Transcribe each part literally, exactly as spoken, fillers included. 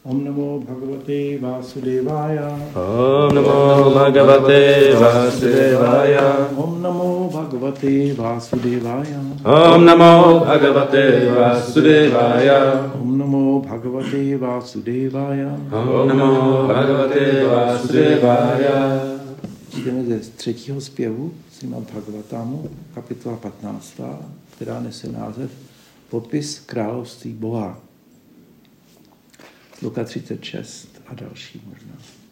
Om namo bhagavate Vasudevaya. Om namo bhagavate Vasudevaya. Om namo bhagavate Vasudevaya. Om namo bhagavate Vasudevaya. Om namo bhagavate Vasudevaya. Om namo bhagavate Vasudevaya. Čteme ze třetího zpěvu Srimad Bhagavatámu, kapitola patnáctá, která nese název Popis království Boha. Sloka třicet šest a další možná.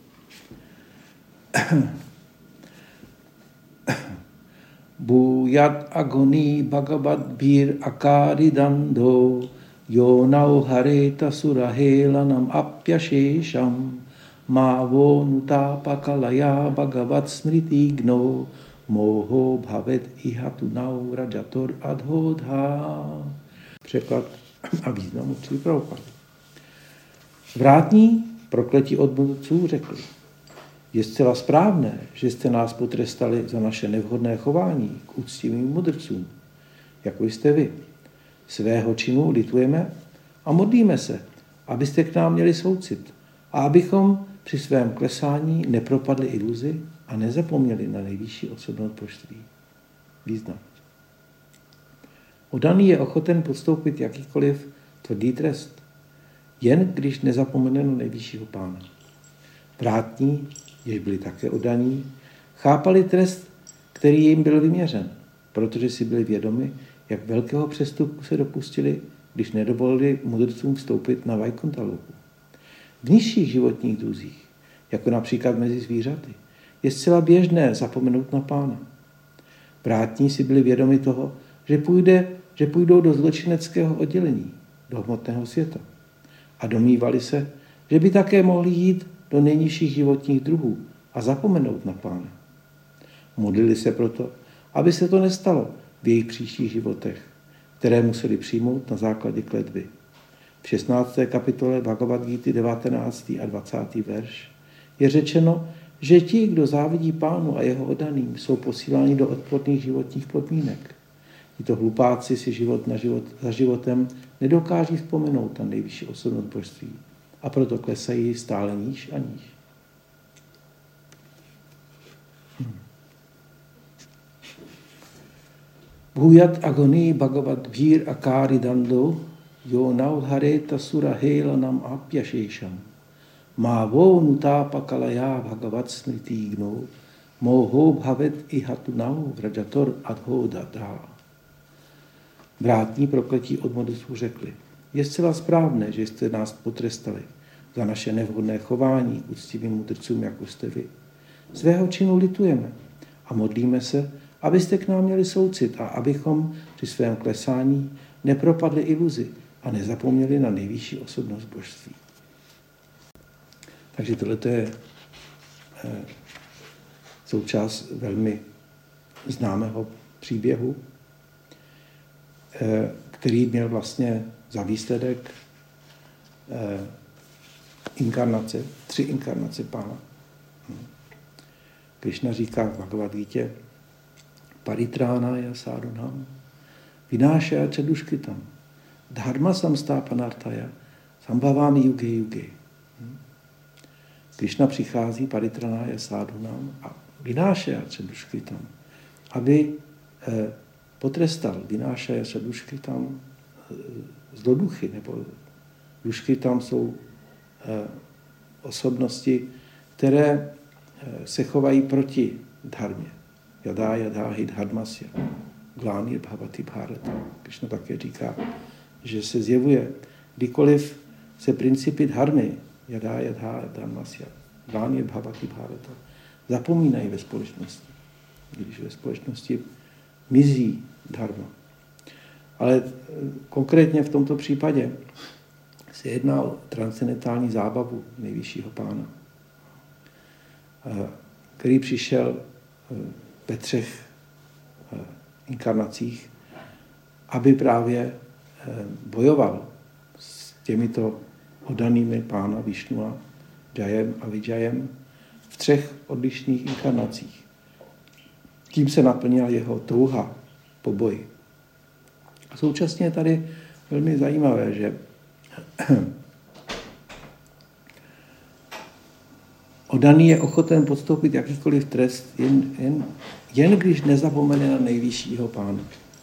Bhujat agoni bhagavat bhir akari dando yonau hareta surahelanam apyashesham mavo nutapakalaya bhagavat smriti gno moho bhavet ihatunau rajator adhodha. Překlad a význam učili Prabhupáda. Vrátní prokletí od mudrců řekli: je zcela správné, že jste nás potrestali za naše nevhodné chování k úctivým mudrcům, jako jste vy. Svého činu litujeme a modlíme se, abyste k nám měli soucit a abychom při svém klesání nepropadli iluzi a nezapomněli na nejvyšší osobnost božství. Význam. Odaný je ochoten podstoupit jakýkoliv tvrdý trest, jen když nezapomene na nejvyššího pána. Vrátní, jež byli také odaní, chápali trest, který jim byl vyměřen, protože si byli vědomi, jak velkého přestupku se dopustili, když nedovolili mudrcům vstoupit na Vaikuntha-loku. V nižších životních druzích, jako například mezi zvířaty, je zcela běžné zapomenout na pána. Vrátní si byli vědomi toho, že, půjde, že půjdou do zločineckého oddělení, do hmotného světa. A domnívali se, že by také mohli jít do nejnižších životních druhů a zapomenout na pána. Modlili se proto, aby se to nestalo v jejich příštích životech, které museli přijmout na základě kletby. V šestnácté kapitole Bhagavad Gita devatenáctý a dvacátý verš je řečeno, že ti, kdo závidí pánu a jeho oddaným, jsou posíláni do odporných životních podmínek. Tito hlupáci si život na život za životem nedokáží vzpomenout na nejvyšší osobnost božství a proto klesají stále níž a níž. Bhujat agoni bhagavat bhir akari dando yonau hareta surahelanam apyashesham mavo nutapakalaya bhagavat smriti gno moho bhavet ihatunau vrajator adhodata. Vrátní prokletí od mudrců řekli: je zcela správné, že jste nás potrestali za naše nevhodné chování k úctivým mudrcům, jako jste vy. Svého činu litujeme a modlíme se, abyste k nám měli soucit a abychom při svém klesání nepropadli iluzi a nezapomněli na nejvyšší osobnost božství. Takže tohle je eh, součást velmi známého příběhu, eh, který měl vlastně za výsledek eh, inkarnace, tři inkarnace pána. Krishna říká v Bhagavad Gitě: Paritránaya sadhunam vinášaya ca duškritam dharma samstápanartaya sambhavámi yuge yuge. Krishna přichází Paritránaya sadhunam a vinášaya ca duškritam, aby eh, potrestal vinášaya ca duškritam eh, zloduchy, nebo duškritam jsou eh, osobnosti, které eh, se chovají proti dharmě. Yadá yadá hi dharmasya glánir bhavati bharata. Krishna také říká, že se zjevuje, kdykoliv se principy dharmy yadá yadá dharmasya glánir bhavati bharata zapomínají ve společnosti, když ve společnosti mizí dharma. Ale konkrétně v tomto případě se jedná o transcendentální zábavu nejvyššího pána, který přišel ve třech inkarnacích, aby právě bojoval s těmito oddanými pána Višnua, Jayem a Vijayem v třech odlišných inkarnacích. Tím se naplnila jeho touha po boji. A současně je tady velmi zajímavé, že Oddaný je ochoten podstoupit jakýkoliv trest, jen, jen, jen když nezapomene na nejvyššího Pána.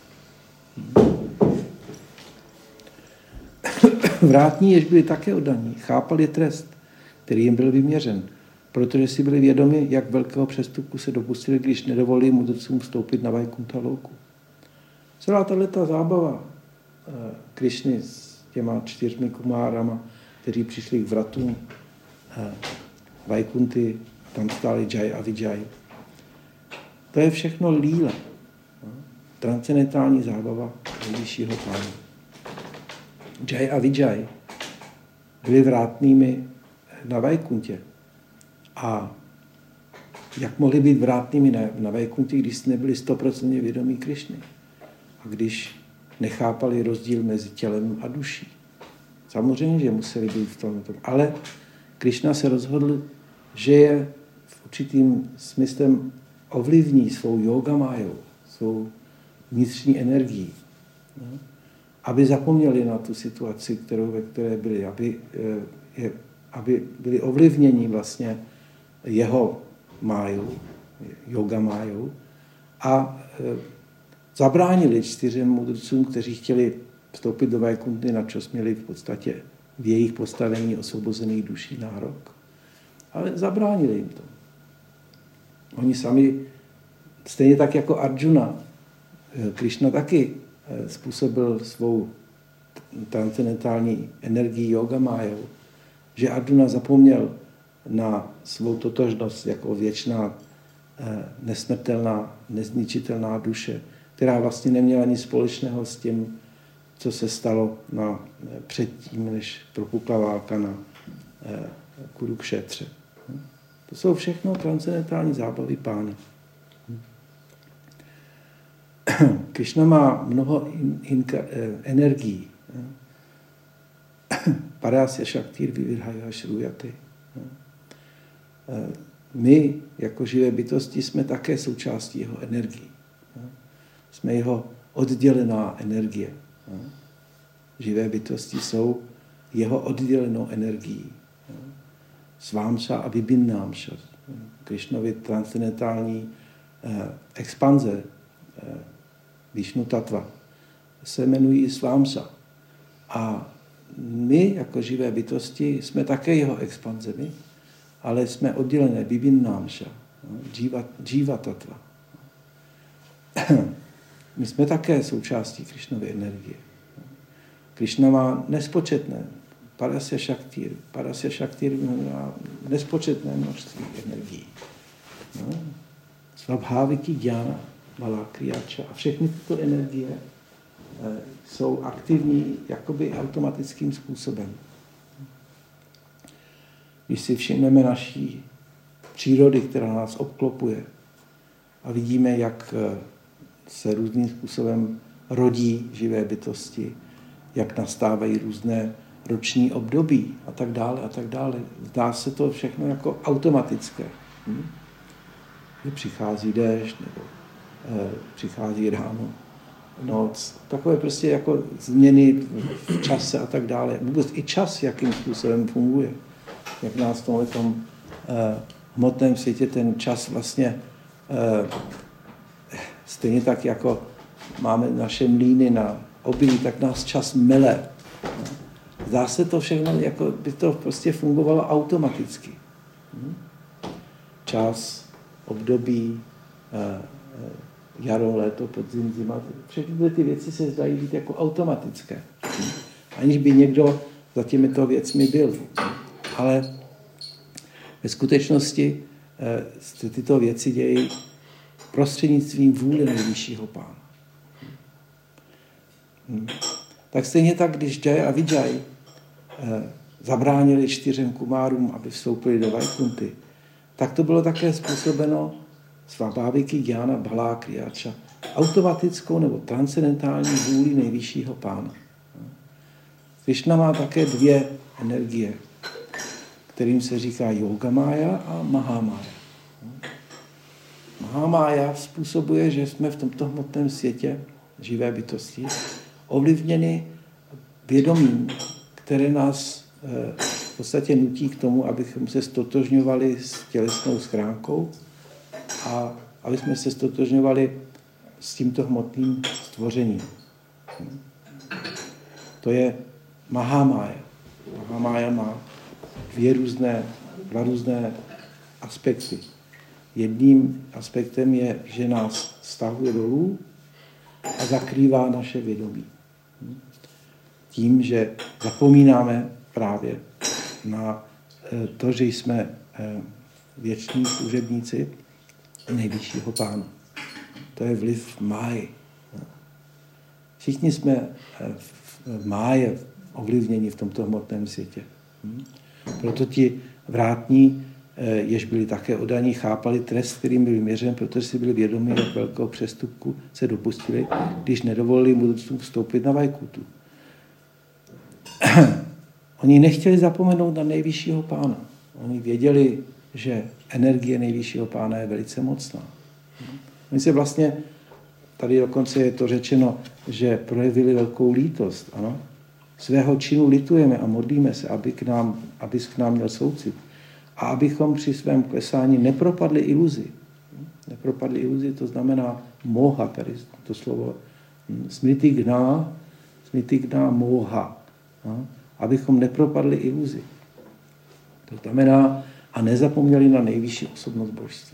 Vrátní, jež byli také oddaní, chápali trest, který jim byl vyměřen, protože si byli vědomi, jak velkého přestupku se dopustili, když nedovolili mudrcům vstoupit na Vajkunta Lóku. Celá tato zábava Krišny s těma čtyřmi kumárama, kteří přišli k vratům Vajkunty, tam stáli Jai a Vijay. To je všechno líla. Transcendentální zábava nejvyššího Pána. Jai a Vijay byli vrátnými na Vajkuntě. A jak mohli být vrátnými na, na Vajkuntě, když nebyli stoprocentně vědomí Krišny? A když nechápali rozdíl mezi tělem a duší. Samozřejmě, že museli být v tom. Ale Krišna se rozhodl, že je v určitým smyslem ovlivní svou yogamájou, svou vnitřní energií, no? Aby zapomněli na tu situaci, kterou, ve které byli, aby, je, aby byli ovlivněni vlastně jeho májou, yogamájou a e, zabránili čtyřem mudrcům, kteří chtěli vstoupit do Vajkunty, na čas měli v podstatě v jejich postavení osvobozených duší nárok. Ale zabránili jim to. Oni sami, stejně tak jako Arjuna, Krišna taky způsobil svou transcendentální energii yogamájou, že Arjuna zapomněl na svou totožnost jako věčná, nesmrtelná, nezničitelná duše, která vlastně neměla nic společného s tím, co se stalo na, předtím, než propukla válka na Kurukšetře. To jsou všechno transcendentální zábavy Pána. Krišna má mnoho in, in, energií. Parasya Shaktir Vivirhaya Shruyate. My, jako živé bytosti, jsme také součástí jeho energií. Jsme jeho oddělená energie. Živé bytosti jsou jeho oddělenou energií. Svámša a vibinnámša. Krišnovi transcendentální eh, expanze eh, Višnu tattva se jmenují svámša. A my, jako živé bytosti, jsme také jeho expanzemi, ale jsme oddělené vibinnámša, džíva, džíva tattva. My jsme také součástí Krišnovy energie. Krišna má nespočetné Parasya Shaktir. Parasya Shaktir má nespočetné množství energií. No. Svabháviky dhyána, malá kriáča. A všechny tyto energie e, jsou aktivní jakoby automatickým způsobem. Když si všimneme naší přírody, která nás obklopuje a vidíme, jak se různým způsobem rodí živé bytosti, jak nastávají různé roční období a tak dále a tak dále. Zdá se to všechno jako automatické. Hm? Přichází déšť, nebo eh, přichází ráno, noc. Takové prostě jako změny v čase a tak dále. Vůbec i čas, jakým způsobem funguje. Jak nás v tomhle tom eh, hmotném světě ten čas vlastně eh, stejně tak, jako máme naše mlýny na obilí, tak nás čas mele. Zdá se to všechno, jako by to prostě fungovalo automaticky. Čas, období, jaro, léto, podzim, zima, všechny ty věci se zdají být jako automatické. Aniž by někdo za těmito věcmi byl. Ale ve skutečnosti se tyto věci dějí prostřednictvím vůle nejvyššího Pána. Tak stejně tak, když Jai a Vijay eh, zabránili čtyřem kumárům, aby vstoupili do Vajkunty, tak to bylo také způsobeno svabháviky dhyána bhalá kriáča, automatickou nebo transcendentální vůli nejvyššího Pána. Krišna má také dvě energie, kterým se říká yogamája a mahamája. Mahamája způsobuje, že jsme v tomto hmotném světě živé bytosti ovlivněny vědomím, které nás v podstatě nutí k tomu, abychom se stotožňovali s tělesnou schránkou a aby jsme se stotožňovali s tímto hmotným stvořením. To je Mahamája. Mahamája má dvě různé, dva různé aspekty. Jedním aspektem je, že nás stahuje dolů a zakrývá naše vědomí. Tím, že zapomínáme právě na to, že jsme věční služebníci nejvyššího pána. To je vliv máji. Všichni jsme v máje ovlivněni v tomto hmotném světě. Proto ti vrátní, jež byli také oddaní, chápali trest, kterým byl vyměřen, protože si byli vědomi, jak velkého přestupku se dopustili, když nedovolili mudrcům vstoupit na Vajkutu. Oni nechtěli zapomenout na nejvyššího pána. Oni věděli, že energie nejvyššího pána je velice mocná. Oni se vlastně, tady dokonce je to řečeno, že projevili velkou lítost. Ano? Svého činu litujeme a modlíme se, aby k nám, aby k nám měl soucit. A abychom při svém klesání nepropadli iluzi. Nepropadli iluzi, to znamená moha, tady to slovo smriti gná, smriti gná moha. No? Abychom nepropadli iluzi. To znamená, a nezapomněli na nejvyšší osobnost božství.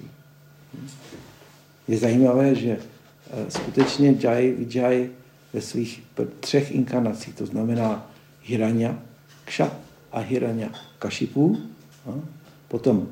Je zajímavé, že skutečně Jai Vijay ve svých třech inkarnacích, to znamená Hiranya Ksha a Hiranya Kashipu, potom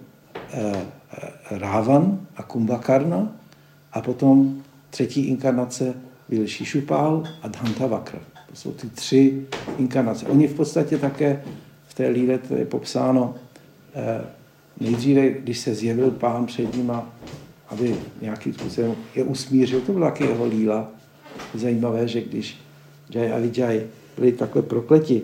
Ravan a Kumbhakarna a potom třetí inkarnace byl Shishupal a Dantavakra. To jsou ty tři inkarnace. Oni v podstatě také v té líle to je popsáno nejdříve, když se zjevil pán před nima, aby nějakým způsobem je usmířil, to byla taky jeho líla. Je zajímavé, že když Jai a Vijay byli takhle prokleti,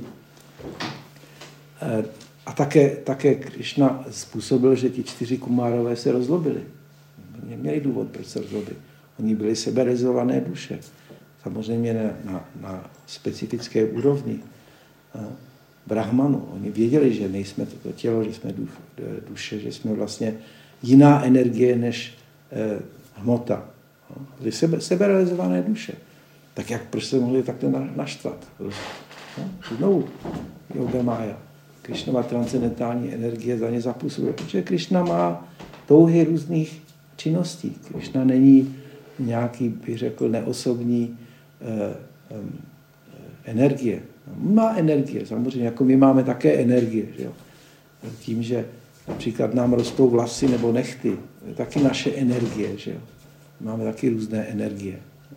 a také, také Krišna způsobil, že ti čtyři kumárové se rozlobili. Oni měli důvod, proč se rozlobili. Oni byli seberealizované duše. Samozřejmě na, na, na specifické úrovni brahmanu. Oni věděli, že nejsme toto tělo, že jsme duše, že jsme vlastně jiná energie než eh, hmota. Byli sebe, seberealizované duše. Tak jak proč se mohli takto naštvat? No, znovu yoga mája. Krišnova transcendentální energie za ně zapůsobuje, protože Krišna má touhy různých činností. Krišna není nějaký, bych řekl, neosobní eh, eh, energie. Má energie, samozřejmě, jako my máme také energie. Že jo? Tím, že například nám rostou vlasy nebo nechty, je taky naše energie. Že jo? Máme taky různé energie.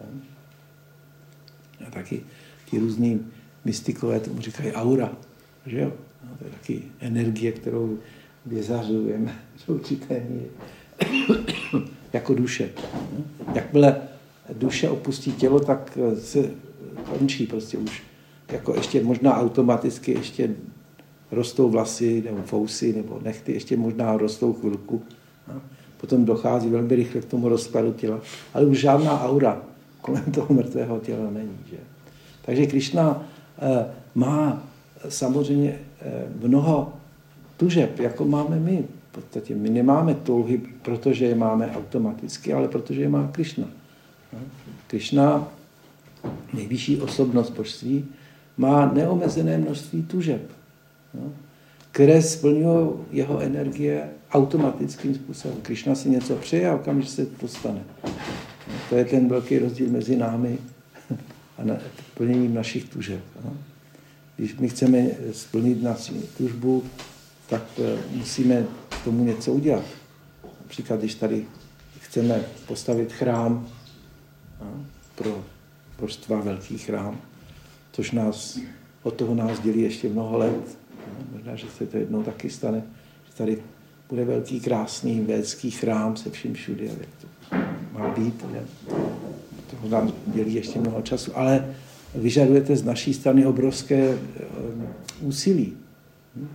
A taky ti různí mystikové tomu říkají aura. Že jo? No, to je taky energie, kterou vyzařujeme do určité míry. Jako duše. Jakmile duše opustí tělo, tak se končí prostě už. Jako ještě možná automaticky ještě rostou vlasy nebo fousy nebo nechty, ještě možná rostou chvilku. No. Potom dochází velmi rychle k tomu rozkladu těla, ale už žádná aura kolem toho mrtvého těla není. Že? Takže Krišna eh, má samozřejmě eh, mnoho tužeb, jako máme my. V podstatě my nemáme touhy, protože je máme automaticky, ale protože je má Krišna. No. Krišna, nejvyšší osobnost božství, má neomezené množství tužeb, no, které splňují jeho energie automatickým způsobem. Krišna si něco přeje a okamžitě se to stane. No, to je ten velký rozdíl mezi námi a na, plněním našich tužeb. No. Když my chceme splnit naši tužbu, tak musíme k tomu něco udělat. Například, když tady chceme postavit chrám, no, pro božstva, velký chrám, což nás, od toho nás dělí ještě mnoho let. No, možná, že se to jednou taky stane, že tady bude velký, krásný védský chrám se vším všude, jak to má být. Ne? Toho nás dělí ještě mnoho času, ale vyžadujete z naší strany obrovské um, úsilí. Hm?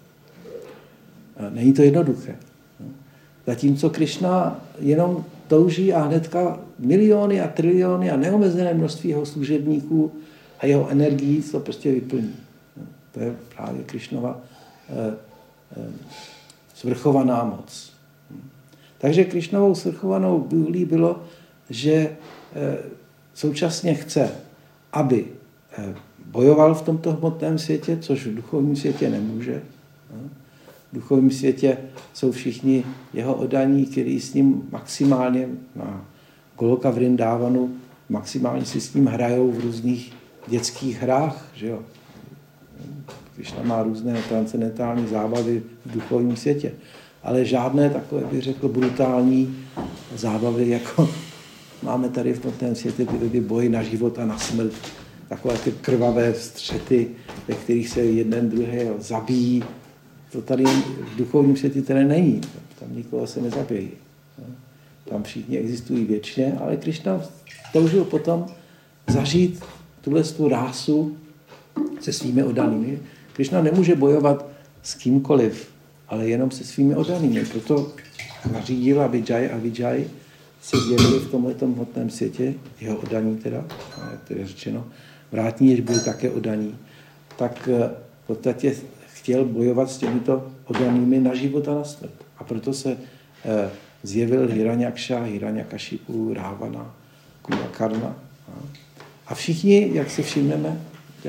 Není to jednoduché. No? Zatímco Krišna jenom touží a hnedka miliony a triliony a neomezené množství jeho služebníků a jeho energií to prostě vyplní. No, to je právě Krišnova svrchovaná moc. Takže Krišnovou svrchovanou vůlí bylo, že současně chce, aby bojoval v tomto hmotném světě, což v duchovním světě nemůže. V duchovním světě jsou všichni jeho oddaní, kteří s ním maximálně na Goloka Vrindávanu maximálně si s ním hrajou v různých dětských hrách. Že jo? Krišna má různé transcendentální zábavy v duchovním světě, ale žádné takové, bych řekl, brutální zábavy, jako máme tady v tomto světě ty, ty boji na život a na smrt, takové ty krvavé střety, ve kterých se jeden druhého zabíjí. To tady v duchovním světě tedy není. Tam nikoho se nezabíjí. Tam všichni existují věčně, ale Krišna toužil potom zažít tuhle tu rásu se svými oddanými. Krišna nemůže bojovat s kýmkoliv, ale jenom se svými oddanými. Proto nařídil, aby Jai a Vijay se zjevili v tomhletom hmotném světě, jeho oddaní teda, jak to je řečeno, vrátní, jež byli také oddaní, tak v podstatě chtěl bojovat s těmito oddanými na život a na smrt. A proto se eh, zjevil Hiranyaksha, Hiranyakashipu, Rávana, Kumbhakarna. A všichni, jak si všimneme,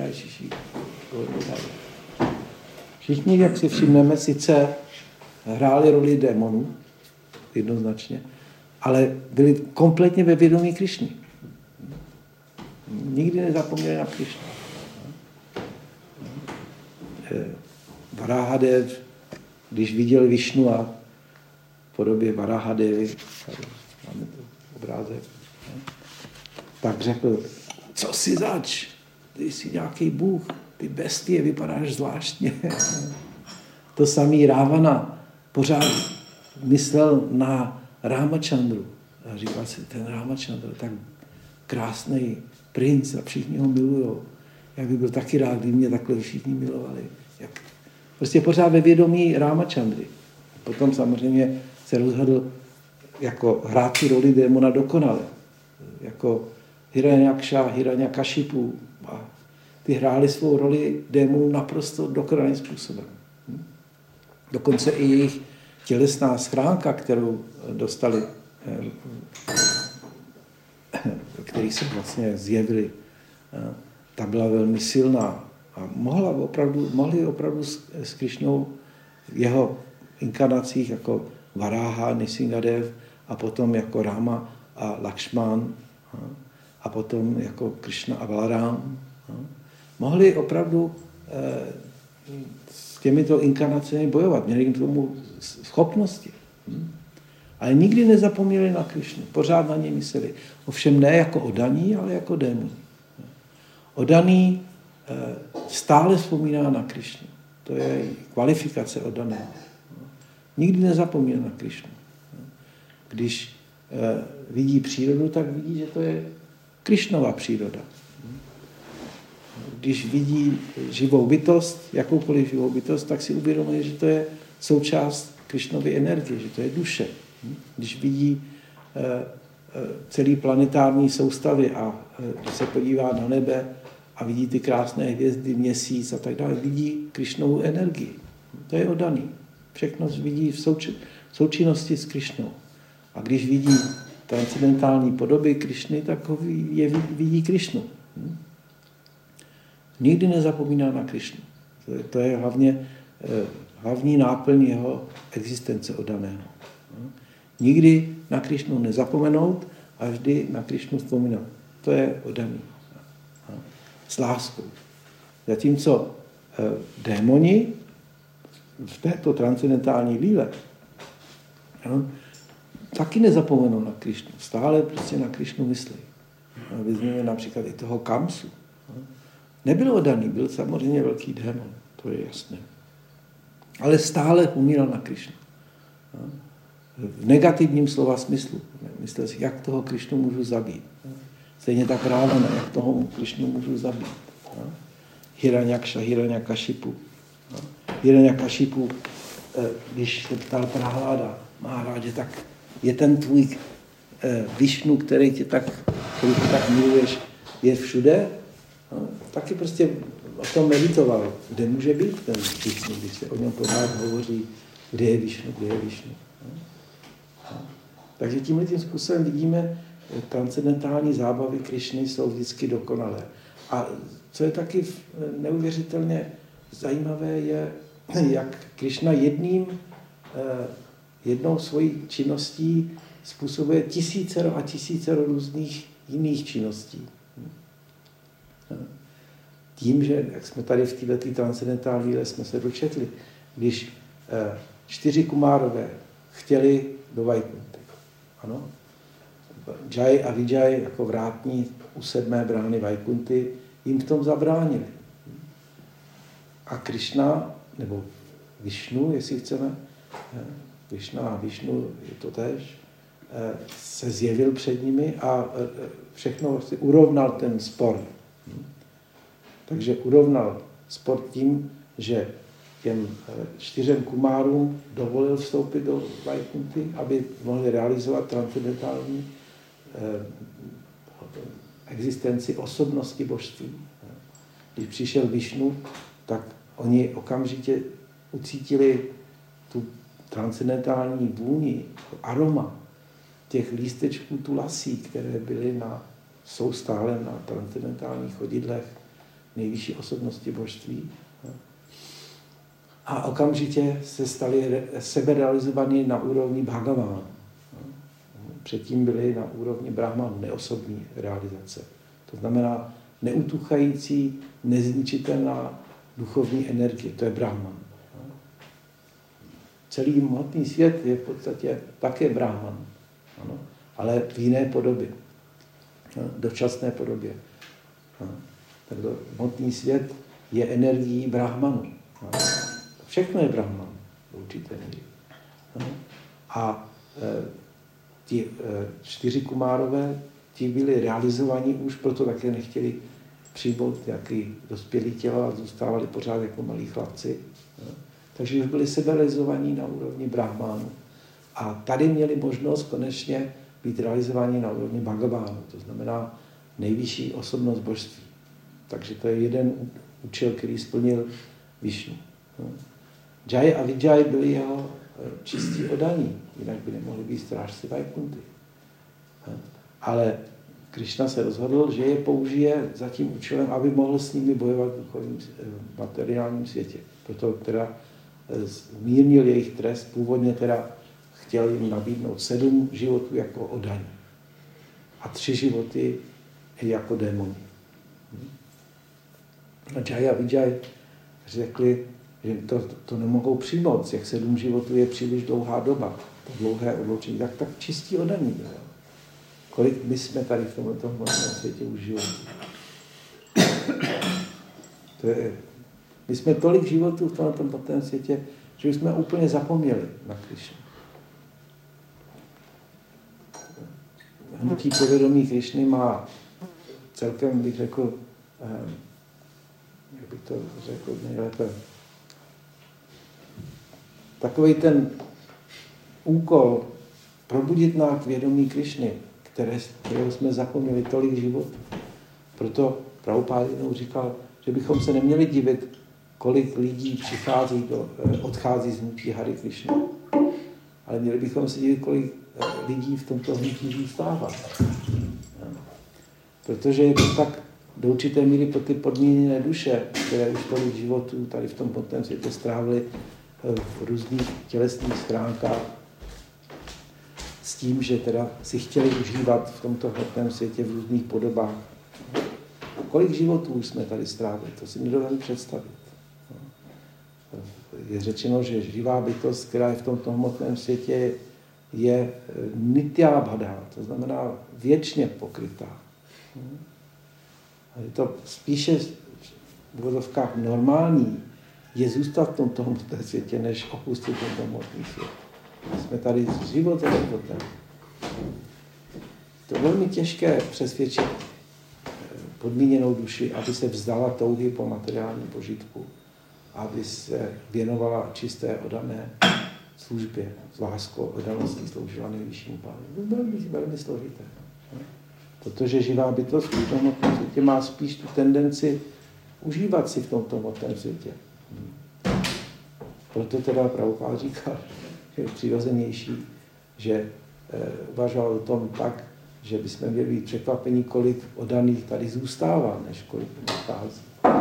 všichni, jak si všimneme, sice hráli roli démonů, jednoznačně, ale byli kompletně ve vědomí Krišny. Nikdy nezapomněli na Krišnu. Varahadev, když viděl Višnu a v podobě Varahadevy, máme tu obrázek, tak řekl, co si zač, ty jsi nějaký bůh, ty bestie, vypadáš zvláštně. To samý Rávana pořád myslel na Rámachandru. A říkal si, ten Rámachandra, tak krásný princ a všichni ho milujou. Já bych byl taky rád, kdyby mě takhle všichni milovali. Jak? Prostě pořád ve vědomí Rámachandry. Potom samozřejmě se rozhodl jako hrát tu roli démona dokonale. Jako Hiranyaksha, Hiranyakashipu. A ty hráli svou roli démonů naprosto dokonalým způsobem. Dokonce i jejich tělesná schránka, kterou dostali, který se vlastně zjevili, ta byla velmi silná a mohla opravdu, mohli opravdu s, s Krišnou v jeho inkarnacích jako Varáha, Nisingadev a potom jako Rama a Lakšman a potom jako Krišna a Balarám. Mohli opravdu s těmito inkarnacemi bojovat, měli k tomu schopnosti. Ale nikdy nezapomněli na Krišnu, pořád na něj mysleli. Ovšem ne jako oddaní, ale jako démoni. Oddaný stále vzpomíná na Krišnu. To je kvalifikace oddaného. Nikdy nezapomněl na Krišnu. Když vidí přírodu, tak vidí, že to je Krišnova příroda. Když vidí živou bytost, jakoukoliv živou bytost, tak si uvědomuje, že to je součást Krišnovy energie, že to je duše. Když vidí celý planetární soustavy a když se podívá na nebe a vidí ty krásné hvězdy, měsíc a tak dále, vidí Krišnovu energii. To je oddaný. Všechno vidí v souči- součinnosti s Krišnou. A když vidí transcendentální podoby Krišny, tak ho je, vidí Krišnu. Nikdy nezapomíná na Krišnu. To je, to je hlavně hlavní náplň jeho existence oddaného. Nikdy na Krišnu nezapomenout a vždy na Krišnu vzpomínat. To je oddaný. S láskou. Zatímco démoni v této transcendentální líle taky nezapomenou na Krišnu. Stále prostě na Krišnu myslí. Vezměme například i toho Kamsu. Nebyl oddaný, byl samozřejmě velký démon, to je jasné. Ale stále umíral na Krišnu. V negativním slova smyslu. Myslel si, jak toho Krišnu můžu zabít. Stejně tak Rávana, jak toho Krišnu můžu zabít. Hiranyaksha, Hiranyakashipu. Hiranyakashipu, když se ptal Prahláda, Maharádže, tak je ten tvůj Višnu, který tě tak, který tě tak miluješ, je všude? No, taky prostě o tom meditoval, kde může být ten Višnu, když se o něm pořád hovoří, kde je Višnu, kde je Višnu. No. No. Takže tímhle tím způsobem vidíme, transcendentální zábavy Krišny jsou vždycky dokonalé. A co je taky neuvěřitelně zajímavé, je, jak Krišna jedním, jednou svojí činností způsobuje tisícero a tisícero různých jiných činností. Tím, že, jak jsme tady v této transcendentální díle jsme se dočetli, když čtyři kumárové chtěli do Vajkunty, ano, Jai a Vijay jako vrátní u sedmé brány Vajkunty jim v tom zabránili. A Krišna, nebo Višnu, jestli chceme, Krišna a Višnu je to též, se zjevil před nimi a všechno vlastně urovnal ten spor. Takže urovnal spor tím, že těm čtyřem kumárům dovolil vstoupit do Vajkunty, aby mohli realizovat transcendentální existenci osobnosti božství. Když přišel Višnu, tak oni okamžitě ucítili tu transcendentální vůni, aroma těch lístečků tulasí, které byly na, jsou stále na transcendentálních chodidlech nejvyšší osobnosti božství. A okamžitě se stali seberealizovaní na úrovni Bhagavána. Předtím byli na úrovni Brahmanu, neosobní realizace. To znamená neutuchající, nezničitelná duchovní energie, to je Brahman. Celý hmotný svět je v podstatě také Brahman, ano, ale v jiné podobě, dočasné podobě. Takže hmotný svět je energií Brahmanu. Všechno je Brahman v určité míry. A ti čtyři kumárové, ti byli realizovaní už, proto také nechtěli přijmout nějaký dospělý tělo a zůstávali pořád jako malí chlapci. Takže už byli seberealizovaní na úrovni Brahmánu. A tady měli možnost konečně být realizovaní na úrovni Bhagavánu, to znamená nejvyšší osobnost božství. Takže to je jeden účel, který splnil Višnu. Jai a Vijay byli jeho čistí oddaní, jinak by nemohli být strážci Vajkunty. Ale Krišna se rozhodl, že je použije za tím účelem, aby mohl s nimi bojovat v duchovním materiálním světě. Proto teda zmírnil jejich trest, původně teda chtěl jim nabídnout sedm životů jako oddaní a tři životy jako démoni. A Jai a Vijay řekli, že to, to nemohou přijmout, jak sedm životů je příliš dlouhá doba, to dlouhé odloučení, tak tak čistí oddaní. Jo. Kolik my jsme tady v tomto hmotném světě už životů. To je, my jsme tolik životů v tomto hmotném světě, že už jsme úplně zapomněli na Krišnu. Hnutí povědomí Krišny má celkem, bych řekl, jak bych to řekl nejlépe, takový ten úkol probudit nás vědomí Krišny, které, kterého jsme zapomněli tolik životů. Proto Prabhupáda jednou říkal, že bychom se neměli divit, kolik lidí přichází do, odchází z hnutí Hare Krišny. Ale měli bychom se divit, kolik lidí v tomto hnutí zůstává. Protože je to tak do určité míry pro ty podmíněné duše, které už tolik životů tady v tom hmotném světě strávili v různých tělesných schránkách, s tím, že teda si chtěli užívat v tomto hmotném světě v různých podobách. Kolik životů jsme tady strávili, to si nedovedu představit. Je řečeno, že živá bytost, která je v tomto hmotném světě, je nityabhadha, to znamená věčně pokrytá. Je to spíše v uvozovkách normální je zůstat v tomto hmotném světě, než opustit tento hmotný svět. Jsme tady z života do života. To je velmi těžké přesvědčit podmíněnou duši, aby se vzdala touhy po materiálním požitku, aby se věnovala čisté oddané službě, s láskou, oddaností sloužila nejvyššímu Pánu. To je velmi, velmi složité. Protože živá bytost v tom hmotném světě má spíš tu tendenci užívat si v tomto hmotném světě. Proto teda Prabhupád říkal, že je přirozenější, že e, uvažoval o tom tak, že bychom měli být překvapení, kolik oddaných tady zůstává, než kolik odchází.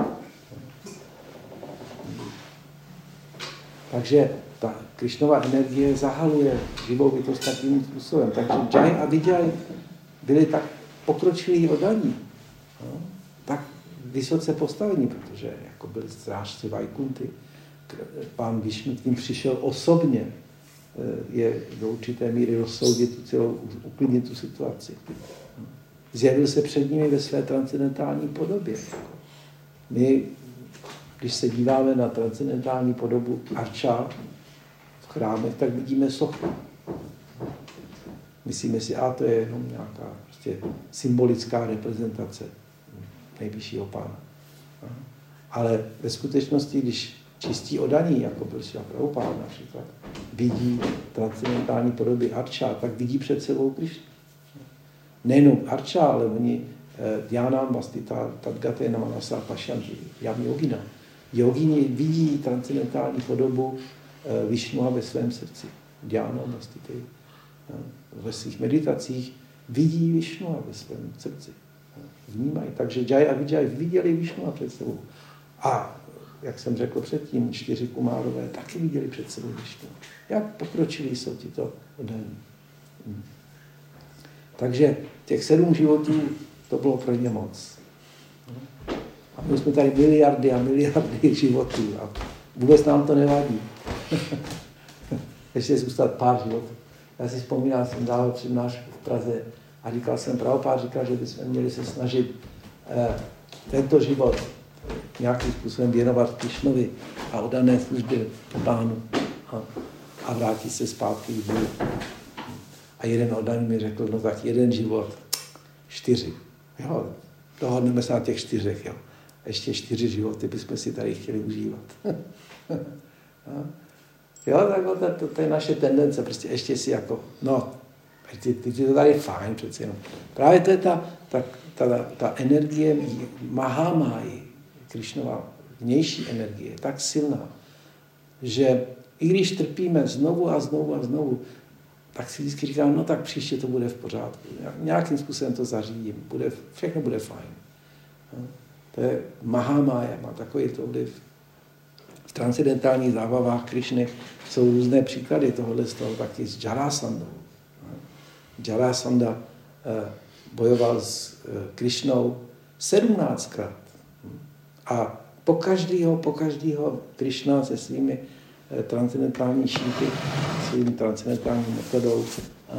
Takže ta Krishnova energie zahaluje živou bytost takovým způsobem. Takže Jai a Vijay byli tak pokročilí oddaní, no, tak vysoce postavení, protože jako byli strážci Vajkunty. Pán Višnu k ním přišel osobně, je do určité míry rozsoudit tu celou, uklidnit tu situaci. Zjevil se před nimi ve své transcendentální podobě. My, když se díváme na transcendentální podobu Arča v chrámech, tak vidíme sochu. Myslíme si, a to je jenom nějaká prostě symbolická reprezentace nejvyššího pána. Ale ve skutečnosti, když čistí oddaní, jako byl Šrila Prabhupád například, vidí transcendentální podoby Arča, tak vidí před sebou Krišnu. Nejenom Arča, ale oni Dhyánam Vastita Tadgate Namanasa Pašyanti, Jam Yogina. Jogini vidí transcendentální podobu Višnua ve svém srdci. Dhyánam Vastita. Ve svých meditacích vidí Višnua ve svém srdci. Vnímají. Takže Jai a Vijay viděli Višnua před sebou. A jak jsem řekl předtím, čtyři kumárové taky viděli před sebou Višnu. Jak pokročilí jsou tito oddaní. Hmm. Takže těch sedm životů, to bylo pro ně moc. A my jsme tady miliardy a miliardy životů a vůbec nám to nevadí. Ještě zůstat pár životů. Já si vzpomínám, jsem dával přednášku v Praze a říkal jsem, Prabhupád říkal, že bychom měli se snažit eh, tento život nějakým způsobem věnovat Krišnovi a oddané službě pánu a, a vrátit se zpátky k Bohu. A jeden oddaný mi řekl, no tak jeden život, čtyři. Jo, dohodneme se na těch čtyřech, jo. Ještě čtyři životy bychom si tady chtěli užívat. Jo, tak to, to, to je naše tendence, prostě ještě si jako, no, ty, ty, ty to tady fajn přece jenom. Právě to je ta, ta, ta, ta energie Mahamáji, Krišnova vnější energie, tak silná, že i když trpíme znovu a znovu a znovu, tak si vždycky říkám, no tak příště to bude v pořádku. Nějakým způsobem to zařídím, bude, všechno bude fajn. No, to je Mahamája, má takový to vliv. V transcendentálních zábavách Krišny jsou různé příklady tohohle z toho, taky s Jarasandou. Jarasanda bojoval s Krišnou sedmnáctkrát. A po každého, po každého Krišna se svými eh, transcendentální šípy, svým transcendentální metodou a,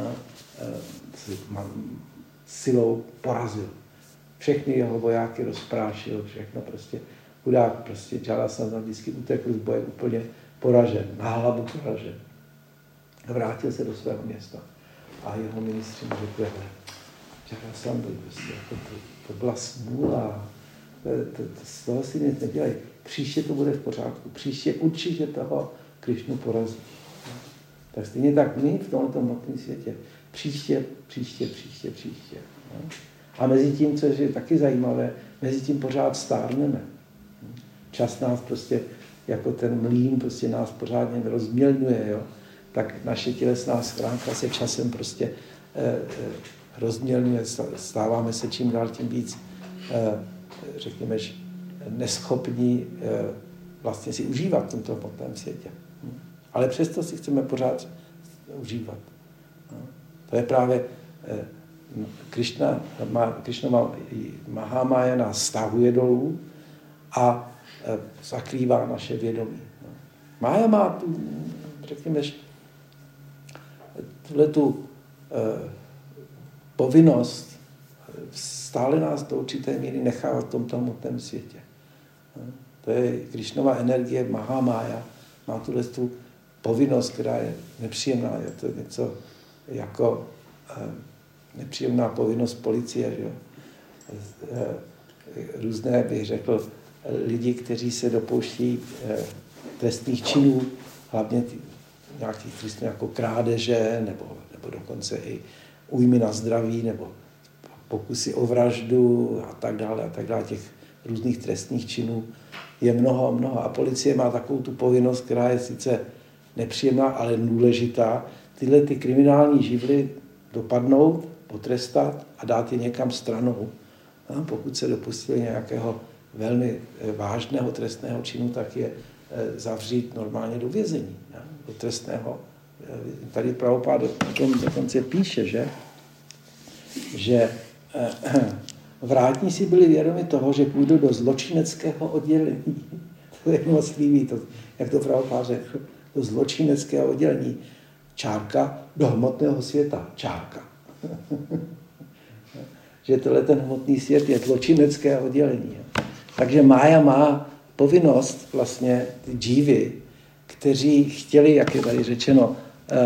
a, silou porazil. Všechny jeho vojáky rozprášil, všechno prostě. Chudák prostě Jarasandha vždycky utekl z boje úplně poražen, na hlavu poražen. Vrátil se do svého města. A jeho ministři mu řekli, Jarasandha, prostě, to, to, to byla smůla. To, to, z toho si nic nedělají. Příště to bude v pořádku. Příště určitě toho Krišnu porazí. Tak stejně tak my v tomto hmotném světě. Příště, příště, příště, příště. A mezi tím, což je taky zajímavé, mezi tím pořád stárneme. Čas nás prostě, jako ten mlýn, prostě nás pořádně rozmělňuje. Jo? Tak naše tělesná schránka se časem prostě eh, eh, rozmělňuje. Stáváme se čím dál tím víc eh, řekněme, neschopní vlastně si užívat v tomto hmotném světě. Ale přesto si chceme pořád užívat. To je právě Krišna, Krišna Mahamája nás stahuje dolů a zakrývá naše vědomí. Mája má tu, řekněme, tuhletu povinnost stále nás do určité míry nechávat v tomto hmotném světě. To je Krišnova energie, Mahamája, má tuhle tu povinnost, která je nepříjemná. Je to něco jako eh, nepříjemná povinnost policie. Že? Eh, různé, bych řekl, lidi, kteří se dopouští eh, trestných činů, hlavně ty, nějakých trestů jako krádeže, nebo, nebo dokonce i újmy na zdraví, nebo pokusy o vraždu a tak dále a tak dále, těch různých trestných činů je mnoho a mnoho. A policie má takovou tu povinnost, která je sice nepříjemná, ale důležitá, tyhle ty kriminální živly dopadnout, potrestat a dát je někam stranou. A pokud se dopustili nějakého velmi vážného trestného činu, tak je zavřít normálně do vězení, do trestného. Tady Prabhupád dokonce píše, že, že vrátníci byli vědomi toho, že půjdou do zločineckého oddělení. To je moc líbí, to, jak to Prabhupád řekl, do zločineckého oddělení. Čárka do hmotného světa. Čárka. Že tohle ten hmotný svět je zločinecké oddělení. Takže Mája má povinnost vlastně ty džívy, kteří chtěli, jak je tady řečeno,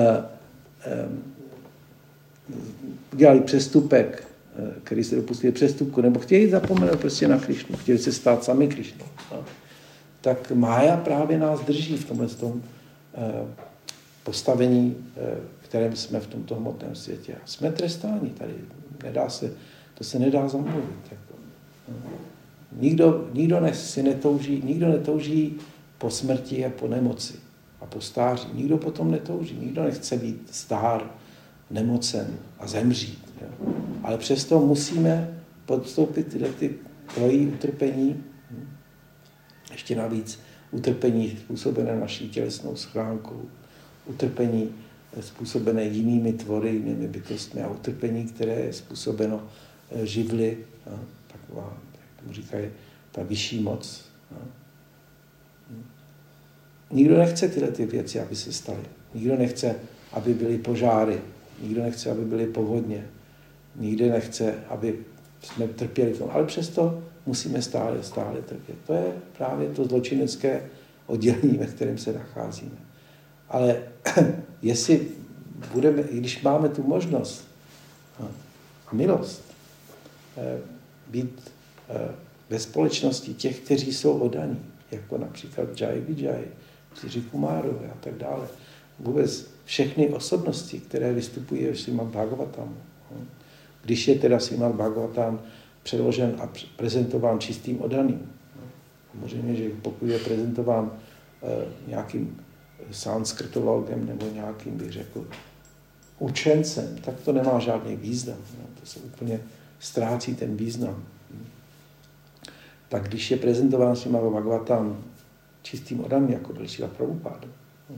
dělali přestupek, který se dopustili přestupku, nebo chtěli zapomenout prostě na Krišnu, chtěli se stát sami Krišnou. Tak Mája právě nás drží v tomhle tom postavení, v kterém jsme v tomto hmotném světě. Jsme trestáni tady, nedá se, to se nedá zamluvit. Jako. Nikdo, nikdo ne, si netouží, nikdo netouží po smrti a po nemoci a po stáří. Nikdo potom netouží, nikdo nechce být stár, nemocen a zemřít. Jo. Ale přesto musíme podstoupit tyhle ty trojí utrpení, ještě navíc utrpení způsobené naší tělesnou schránkou, utrpení způsobené jinými tvory, jinými bytostmi a utrpení, které je způsobeno živly, no, taková, jak tomu říkají, ta vyšší moc. No. Nikdo nechce tyhle ty věci, aby se staly. Nikdo nechce, aby byly požáry. Nikdo nechce, aby byly povodně. Nikdo nechce, aby jsme trpěli tomu. Ale přesto musíme stále, stále trpět. To je právě to zločinecké oddělení, ve kterém se nacházíme. Ale jestli budeme, když máme tu možnost a milost být ve společnosti těch, kteří jsou oddaní, jako například Jai Vijay, Sri Kumárové a tak dále, vůbec všechny osobnosti, které vystupují v Srimad Bhagavatamu. Když je teda Srimad Bhagavatam předložen a prezentován čistým oddaným. Samozřejmě, že pokud je prezentován nějakým sanskrtologem nebo nějakým, bych řekl, učencem, tak to nemá žádný význam. To se úplně ztrácí ten význam. Tak když je prezentován Srimad Bhagavatam čistým oddaným, jako byl Šrila Prabhupáda,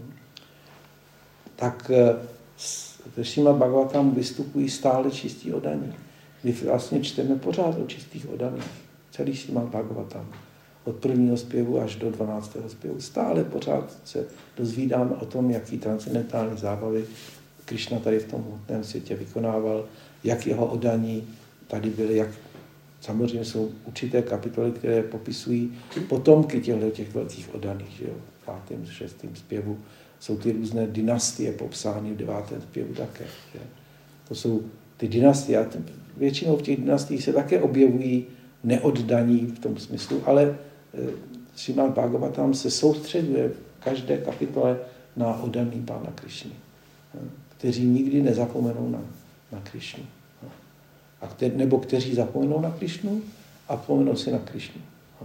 tak ve Srimad Bhagavatamu vystupují stále čistí oddaní. My vlastně čteme pořád o čistých oddaných. Celý Srimad Bhagavatam. Od prvního zpěvu až do dvanáctého zpěvu. Stále pořád se dozvídáme o tom, jaký transcendentální zábavy Krišna tady v tom hmotném světě vykonával, jak jeho oddaní tady byly, jak samozřejmě jsou určité kapitoly, které popisují potomky těchto těch velkých oddaných. Že jo? V pátém, šestém zpěvu jsou ty různé dynastie popsány v devátém zpěvu také. Že? To jsou ty dynastie. A většinou v těch dynastiích se také objevují neoddaní v tom smyslu, ale Srimad Bhagavatam se soustředuje v každé kapitole na oddaný Pána Krišny, kteří nikdy nezapomenou na, na Krišnu. A kter, nebo kteří zapomenou na Krišnu a pomenou si na Krišnu.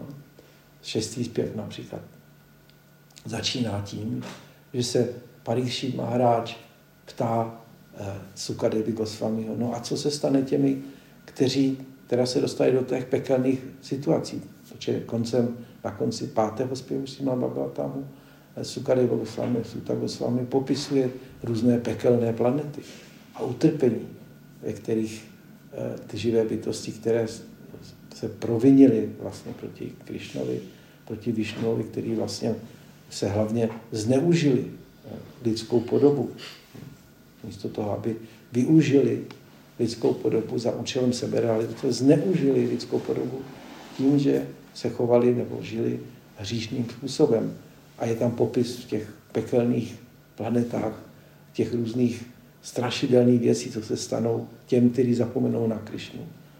Šestý zpěv například začíná tím, že se Parikšit Maharáj ptá eh, Sukadevi Gosvamiho, no a co se stane těmi, kteří teda se dostali do těch pekelných situací. Protože koncem, na konci pátého zpěvu Srimad Bhagavatamu Sukadeva Gosvami, Suta Gosvami popisuje různé pekelné planety a utrpení, ve kterých eh, ty živé bytosti, které se provinily vlastně proti Krišnovi, proti Višnuovi, který vlastně se hlavně zneužili lidskou podobu. Místo toho, aby využili lidskou podobu za účelem seberealizace, zneužili lidskou podobu tím, že se chovali nebo žili hříšným způsobem. A je tam popis v těch pekelných planetách, těch různých strašidelných věcí, co se stanou těm, kteří zapomenou na Krišnu.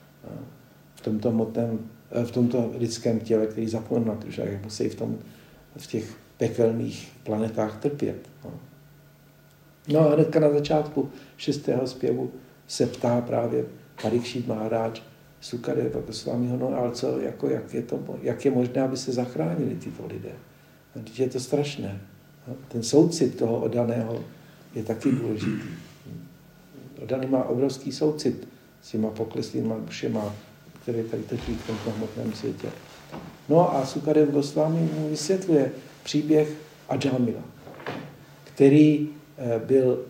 V tomto hmotném, v tomto lidském těle, který zapomenou na Krišnu, jak musí v, tom, v těch pekelných planetách trpět. No a hnedka na začátku šestého zpěvu se ptá právě Parikšit Maharaj, Sukadeva Goswamiho, no ale co, jako, jak, je to, jak je možné, aby se zachránili tyto lidé. Když je to strašné. Ten soucit toho oddaného je taky důležitý. Oddaný má obrovský soucit s těma pokleslýma dušema, které tady trpí v tomto hmotném světě. No a Sukadev Goswami mu vysvětluje příběh Ajamila, který byl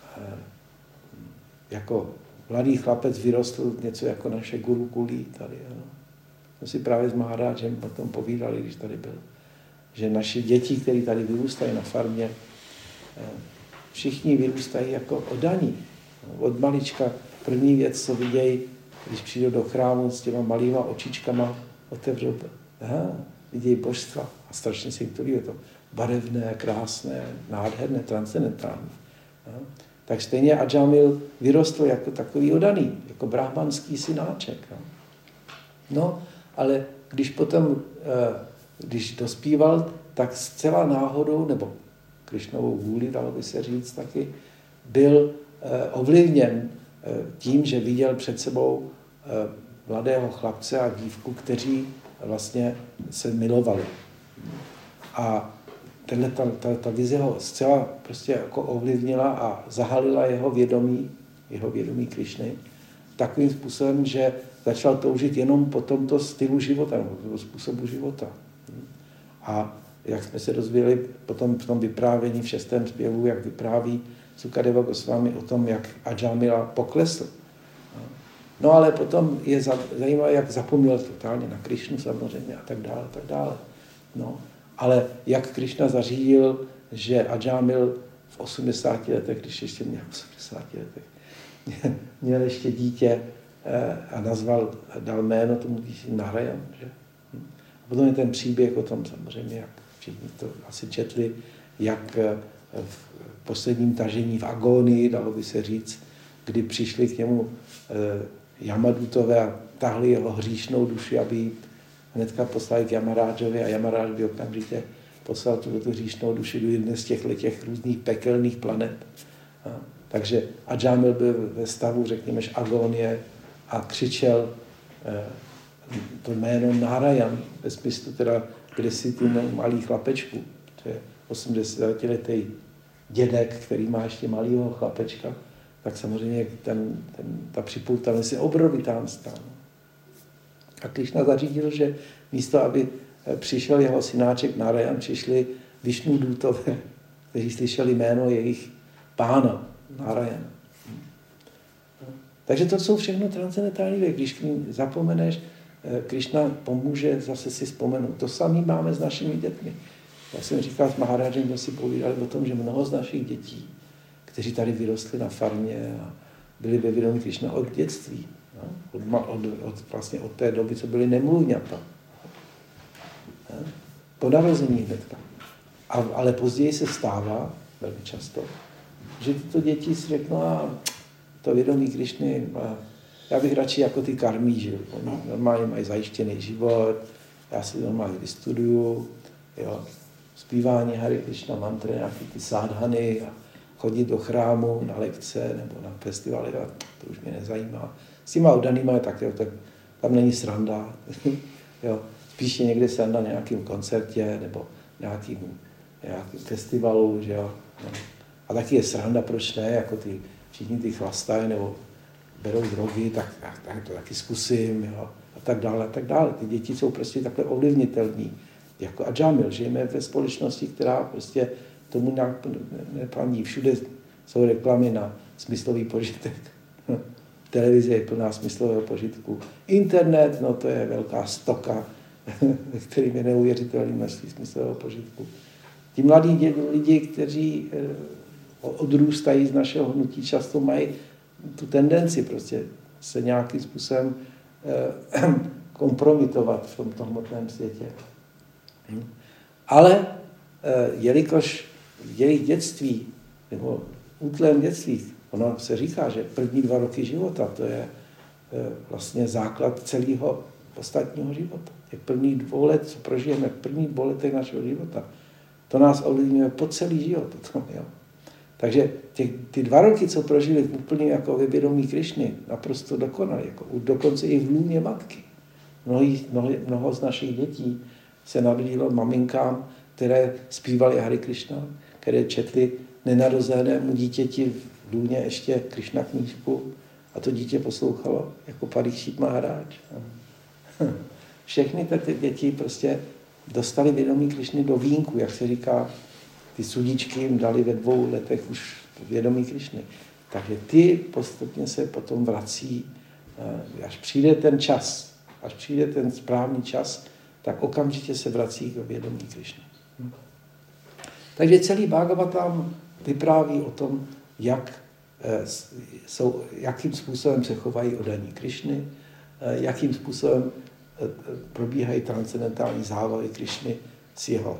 jako mladý chlapec, vyrostl něco jako naše Guru Kuli tady. Ano. Jsme si právě s Maharážem potom povídali, když tady byl, že naše děti, které tady vyrůstají na farmě, všichni vyrůstají jako oddaní. Od malička první věc, co vidějí, když přijdou do chrámu s těma malýma očičkama, otevřou, aha, vidějí božstva a strašně se jim to líbí, je to barevné, krásné, nádherné, transcendentální. Aha. Tak stejně Ajamil vyrostl jako takový oddaný, jako brahmanský synáček. No, no ale když potom, když dospíval, tak zcela náhodou, nebo Krišnovou vůli, dalo by se říct taky, byl ovlivněn tím, že viděl před sebou mladého chlapce a dívku, kteří vlastně se milovali. A tenhle, ta, ta, ta vize ho zcela prostě jako ovlivnila a zahalila jeho vědomí, jeho vědomí Krišny takovým způsobem, že začal toužit jenom po tomto stylu života, nebo po způsobu života. A jak jsme se dozvěděli potom v tom vyprávění v šestém zpěvu, jak vypráví Sukadeva Goswami o tom, jak Ajamila poklesl. No ale potom je zajímavé, jak zapomněl totálně na Krišnu samozřejmě a tak dále, a tak dále. No, ale jak Krišna zařídil, že Ajamil v osmdesáti letech, když ještě měl osmdesáti letech, měl ještě dítě a nazval, dal jméno tomu dítěti Narayan. Že? A potom je ten příběh o tom samozřejmě, jak všichni to asi četli, jak v posledním tažení v agónii, dalo by se říct, kdy přišli k němu Jamadutové a tahli jeho hříšnou duši, aby ji hnedka poslali k Yamarážovi a Yamaráž by okamžitě poslal tu, tu hříšnou duši do jedné z těch, těch různých pekelných planet. A, takže Ajamil byl ve stavu, řekněme, agónie a křičel eh, to jméno Narayan, ve smyslu teda, kde si ty malý chlapečku, to je osmdesátiletý dědek, který má ještě malýho chlapečka, tak samozřejmě ten, ten, ta připoutanost je obrovitánství. A Krišna zařídil, že místo, aby přišel jeho synáček Narayan, přišli Višnudutové, kteří slyšeli jméno jejich pána, Narayana. Takže to jsou všechno transcendentální věci. Když zapomeneš, Krišna pomůže zase si vzpomenout. To samé máme s našimi dětmi. Já jsem říkal s Maharážem, jsme si povídali o tom, že mnoho z našich dětí, kteří tady vyrostli na farmě a byli ve vědomí Krišna od dětství, no? od, od, od, vlastně od té doby, co byli nemluvňata. No? Po narození hnedka. A, ale později se stává, velmi často, že tyto děti si řeknou, a to vědomí Krišny, já bych radši jako ty karmí žil. Oni normálně mají zajištěný život, já si normálně vystuduju, jo, zpívání Hare Krishna mantry, nějaký ty sádhany a chodit do chrámu na lekce nebo na festivaly, a to už mě nezajímá. S těma oddanýma tak, jo, tak tam není sranda. Jo. Spíš je někde sranda na nějakým koncertě nebo nějakým, nějakým festivalu. Že jo. A taky je sranda, proč ne, jako ty, všichni ty chlastají nebo berou drogy, tak, tak to taky zkusím, jo. A tak dále, a tak dále. Ty děti jsou prostě takhle ovlivnitelní. Jako Ajamil, žijeme ve společnosti, která prostě tomu nepaní. Všude jsou reklamy na smyslový požitek. Televize je plná smyslového požitku. Internet, no to je velká stoka, kterým je neuvěřitelné množství smyslového požitku. Ti mladí lidi, kteří odrůstají z našeho hnutí, často mají tu tendenci prostě se nějakým způsobem kompromitovat v tomto hmotném světě. Ale jelikož jejich dětství, nebo útlém dětství, ono se říká, že první dva roky života, to je vlastně základ celého ostatního života. Těch prvních dvou let, co prožijeme v prvních dvou letech našeho života, to nás ovlivňuje po celý život. Potom, jo. Takže těch, ty dva roky, co prožili úplně jako ve vědomí Krišny, naprosto dokonali, jako dokonce i v lůně matky. Mnohý, mnoho, mnoho z našich dětí se narodilo maminkám, které zpívaly Hare Krishna, které četly nenarozenému dítěti v lůně ještě Krishna knížku a to dítě poslouchalo jako Parikšit Maharáč. Všechny ty děti prostě dostali vědomí Krišny do vínku, jak se říká, ty sudičky jim dali ve dvou letech už vědomí Krišny. Takže ty postupně se potom vrací, až přijde ten čas, až přijde ten správný čas, tak okamžitě se vrací k vědomí Krišny. Takže celý Bhagavatam vypráví o tom, jak, jsou, jakým způsobem se chovají oddaní Krišny, jakým způsobem probíhají transcendentální závody Krišny s jeho,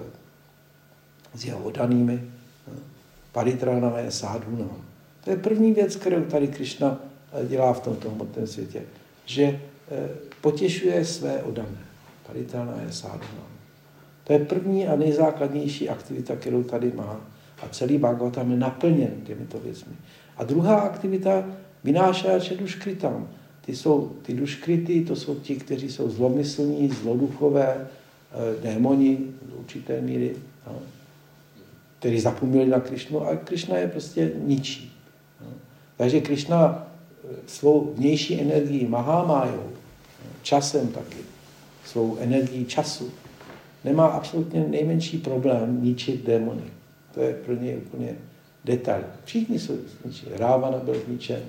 s jeho oddanými, paritranové sádhunám. To je první věc, kterou tady Krišna dělá v tomto hmotném světě, že potěšuje své oddané. Paritranové sádhunám. To je první a nejzákladnější aktivita, kterou tady má. A celý Bhagavatam je naplněn těmito věcmi. A druhá aktivita vynášáče duškrytám. Ty jsou ty duškryty, to jsou ti, kteří jsou zlomyslní, zloduchové, démoni do určité míry, no, kteří zapomněli na Krišnu a Krišna je prostě ničí. No. Takže Krišna svou vnější energii mahámájou, časem taky, svou energii času, nemá absolutně nejmenší problém ničit démony. To je pro něj úplně detail. Všichni jsou zničeni. Rávana byl zničen,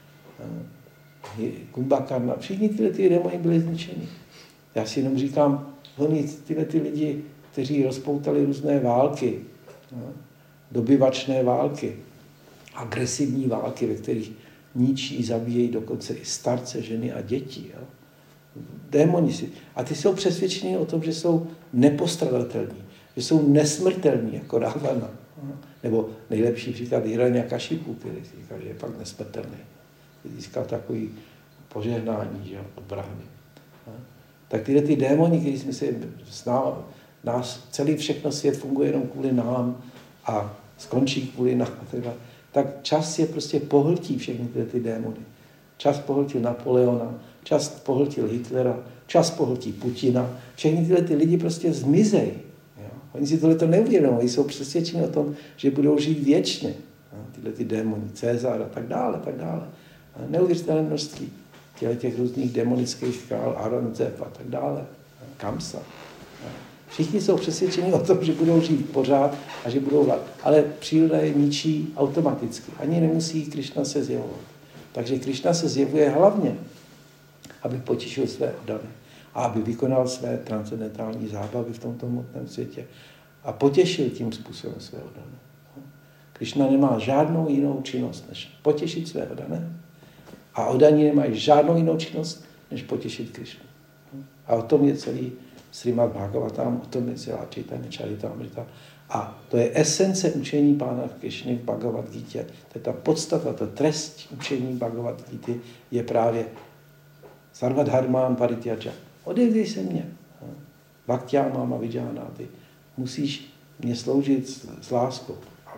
Kumbhakarna, všichni tyhle ty démoni byly zničeni. Já si jenom říkám, oni tyhle ty lidi, kteří rozpoutali různé války, dobyvačné války, agresivní války, ve kterých ničí, zabíjejí dokonce i starce, ženy a děti. Jo. Démoni si. A ty jsou přesvědčeni o tom, že jsou nepostradatelní, že jsou nesmrtelní, jako Rávana. Nebo nejlepší příklad Hiranyakashipu, který si říká, že je fakt nesmrtelný. Získal takový požehnání, že, od Brahmy. Tak tyhle ty démoni, který jsme si znal, nás, celý všechno svět funguje jenom kvůli nám a skončí kvůli nám. Tak čas je prostě pohltí všechny tyhle ty démony. Čas pohltil Napoleona, čas pohltil Hitlera, čas pohltí Putina. Všechny tyhle ty lidi prostě zmizejí. Oni si tohleto neuvědomují, oni jsou přesvědčeni o tom, že budou žít věčně. Tyhle ty démoni, Cezar a tak dále, tak dále. Neuvěřitelné množství těchto těch různých demonických král, Aurangzeb a tak dále, Kamsa. Všichni jsou přesvědčeni o tom, že budou žít pořád a že budou vládnout. Ale příroda je ničí automaticky. Ani nemusí Krišna se zjevovat. Takže Krišna se zjevuje hlavně, aby potěšil své oddané a aby vykonal své transcendentální zábavy v tomto hmotném světě a potěšil tím způsobem své oddané. Krišna nemá žádnou jinou činnost, než potěšit své oddané a oddaní nemají žádnou jinou činnost, než potěšit Krišnu. A o tom je celý Srimad Bhagavatam, o tom je celá Chaitanya Charitamrita. A to je esence učení Pána Krišny v Bhagavad Gítě. To je ta podstata, ta trest učení Bhagavad Gíty je právě Sarvadharmán parityaja. Odevzdej se mě. Bhaktyá máma vidjánáty. Musíš mě sloužit s, s láskou.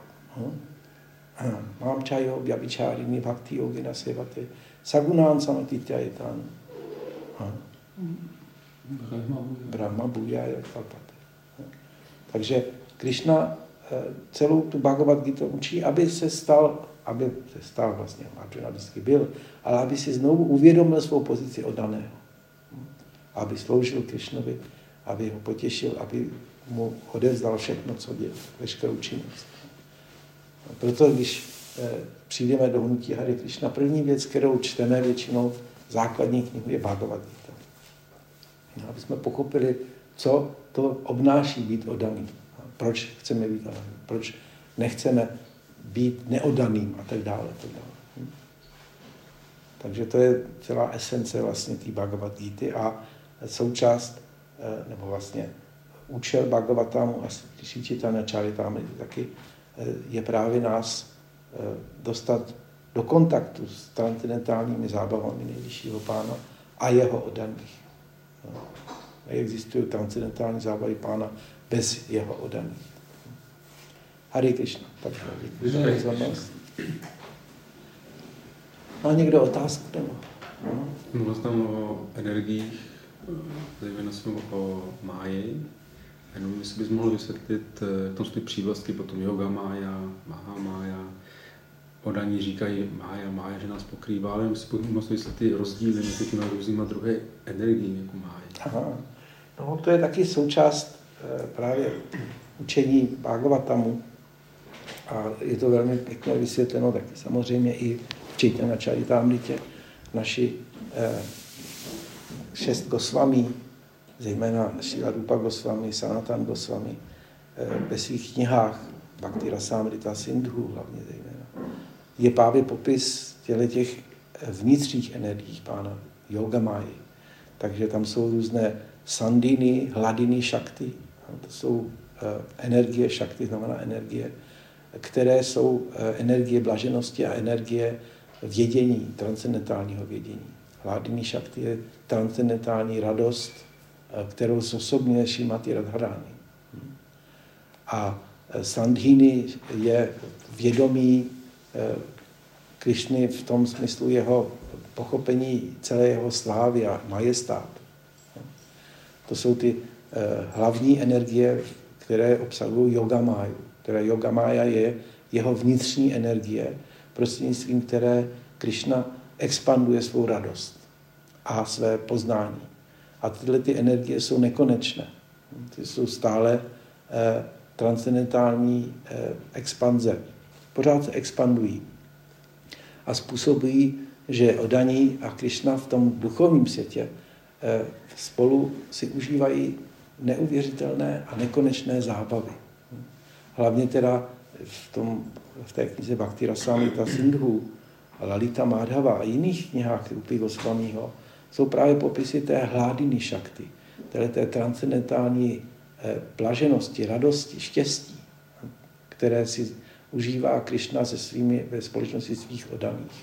Mám čajo, bjavičárini, bhakti yogina sevaty, sagunán samatityajetán. Brahma bhujaya kalpate. Takže Krišna celou tu Bhagavad Gita učí, aby se stal, aby se stal vlastně, Arjuna vždycky byl, ale aby si znovu uvědomil svou pozici oddaného. Aby sloužil Krišnovi, aby ho potěšil, aby mu odevzdal všechno, co dělá, veškerou činnost. Proto, když přijdeme do hnutí Hare Krishna, první věc, kterou čteme většinou základní knihu, je Bhagavad Gita. Aby jsme pochopili, co to obnáší být oddaný. Proč chceme být oddaný, proč nechceme být neoddaným a tak dále. Tak dále. Takže to je celá esence vlastně té Bhagavad Gity a součást, nebo vlastně účel Bhagavatamu a Sri Chaitanya Charitamrity taky je právě nás dostat do kontaktu s transcendentálními zábavami nejvyššího Pána a jeho oddaných. Neexistují transcendentální zábavy Pána bez jeho oddaných. Hare Krishna. Tak děkuji za pozornost. Má někdo otázku? No. Mluvil jsi tam o energiích, zejména jsem o máji. Jenom jestli bys mohl vysvětlit, jak tam jsou ty přívlastky, potom yoga mája, maha mája, odaní říkají mája, mája, že nás pokrývá, ale jestli mohl vysvětlit ty rozdíly mezi těmi různýma druhy energií, jako máje. Aha. No, to je taky součást e, právě učení Bhagavatamu a je to velmi pěkně vysvětleno taky samozřejmě i včetně na Čaritámritě. Naši e, šest Gosvamí, zejména Šrila Rupa Gosvami, Sanatan Gosvami, ve svých knihách, Bhakti Rasamrita Sindhu hlavně zejména, je právě popis těch vnitřních energií pána Yoga Máji. Takže tam jsou různé sandiny, hladiny, šakty. To jsou energie, šakty znamená energie, které jsou energie blaženosti a energie vědění, transcendentálního vědění. Hladiny šakty je transcendentální radost, kterou zosobňuje Šrimati Radharani. A Sandhini je vědomí Krišny v tom smyslu jeho pochopení celé jeho slávy a majestát. To jsou ty hlavní energie, které obsahují yoga máju. Teda yoga mája je jeho vnitřní energie, prostřednictvím které Krišna expanduje svou radost a své poznání. A tyhle ty energie jsou nekonečné. Ty jsou stále eh, transcendentální eh, expanze. Pořád se expandují. A způsobují, že Odaní a Krišna v tom duchovním světě eh, spolu si užívají neuvěřitelné a nekonečné zábavy. Hlavně teda v, tom, v té knize Bhakti Rasamrita Sindhu, Lalita Madhava a jiných knihách Rupy Gosvamího jsou právě popisy té hládiny šakty, té, té transcendentální eh, blaženosti, radosti, štěstí, které si užívá Krišna se svými, ve společnosti svých oddaných.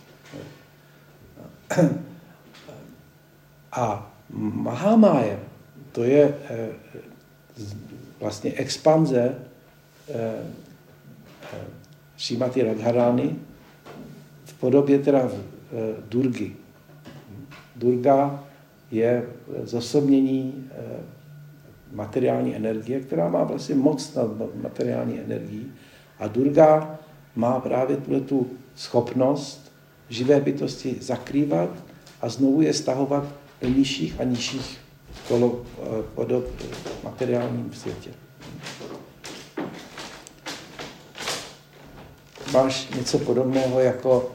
A Mahamája, to je eh, vlastně expanze eh, Šrimati Radharani v podobě teda eh, Durgy. Durga je zosobnění eh, materiální energie, která má vlastně moc nad materiální energií. A Durga má právě tu schopnost živé bytosti zakrývat a znovu je stahovat do nižších a nižších podob v materiálním světě. Máš něco podobného jako,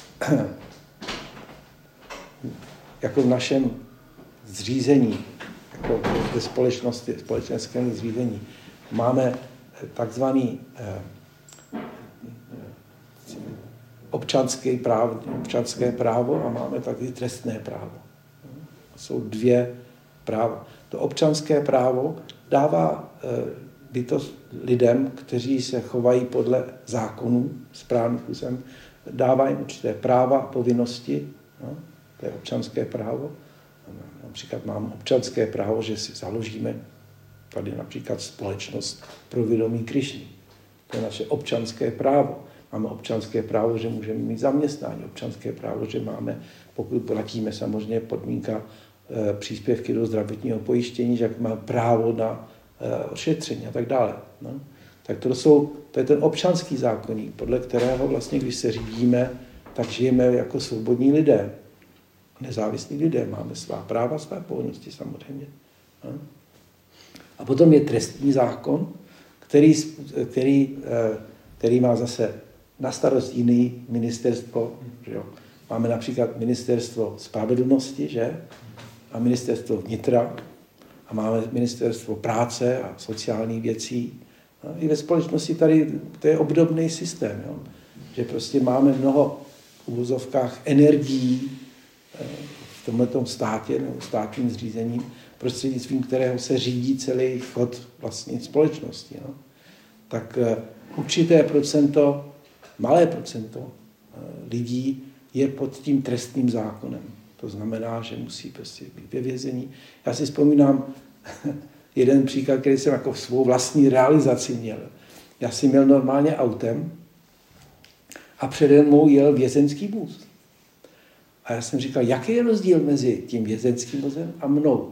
jako v našem zřízení, jako ve společnosti, společenském zřízení. Máme takzvaný eh, občanské právo, občanské právo a máme taky trestné právo. Jsou dvě práva. To občanské právo dává eh, bytost lidem, kteří se chovají podle zákonů, správným způsobem, dává jim určité práva a povinnosti. No, to je občanské právo. Například mám občanské právo, že si založíme tady například společnost pro vědomí Krišny. To je naše občanské právo. Máme občanské právo, že můžeme mít zaměstnání. Občanské právo, že máme, pokud platíme samozřejmě podmínka e, příspěvky do zdravotního pojištění, že máme právo na e, ošetření a tak dále. No. Tak to, jsou, to je ten občanský zákoník, podle kterého vlastně, když se řídíme, tak žijeme jako svobodní lidé. Nezávislí lidé. Máme svá práva, své povinnosti samozřejmě. No. A potom je trestní zákon, který, který, který má zase na starost jiný ministerstvo. Že jo? Máme například ministerstvo spravedlnosti, že? A ministerstvo vnitra. A máme ministerstvo práce a sociálních věcí. No, i ve společnosti tady to je obdobný systém. Jo? Že prostě máme mnoho v uvozovkách energií v tomhletom státě nebo státním zřízením, prostřednictvím kterého se řídí celý chod vlastní společnosti. No. Tak určité procento, malé procento lidí je pod tím trestným zákonem. To znamená, že musí prostě být ve vězení. Já si vzpomínám jeden příklad, který jsem jako svou vlastní realizaci měl. Já jsem měl normálně autem a přede mnou jel vězeňský vůz. A já jsem říkal, jaký je rozdíl mezi tím vězeňským vozem a mnou?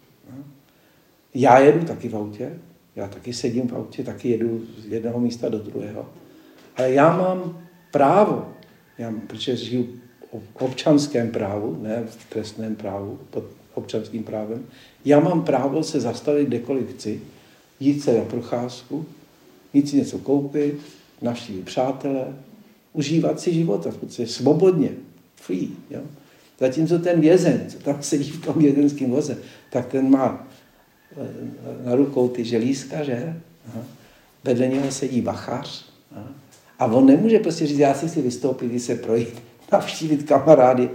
Já jedu taky v autě, já taky sedím v autě, taky jedu z jednoho místa do druhého. Ale já mám právo, já, protože žiju v občanském právu, ne v trestném právu, pod občanským právem, já mám právo se zastavit kdekoliv chci, jít se na procházku, jít si něco koupit, navštívit přátele, užívat si života, v podstatě svobodně, free. Jo? Zatímco ten vězeň, co tam sedí v tom vězenském voze, tak ten má na rukou ty želízka, že? Aha. Vedle něho sedí bachař. Aha. A on nemůže prostě říct, já si chci vystoupit, když se projít, navštívit kamarády.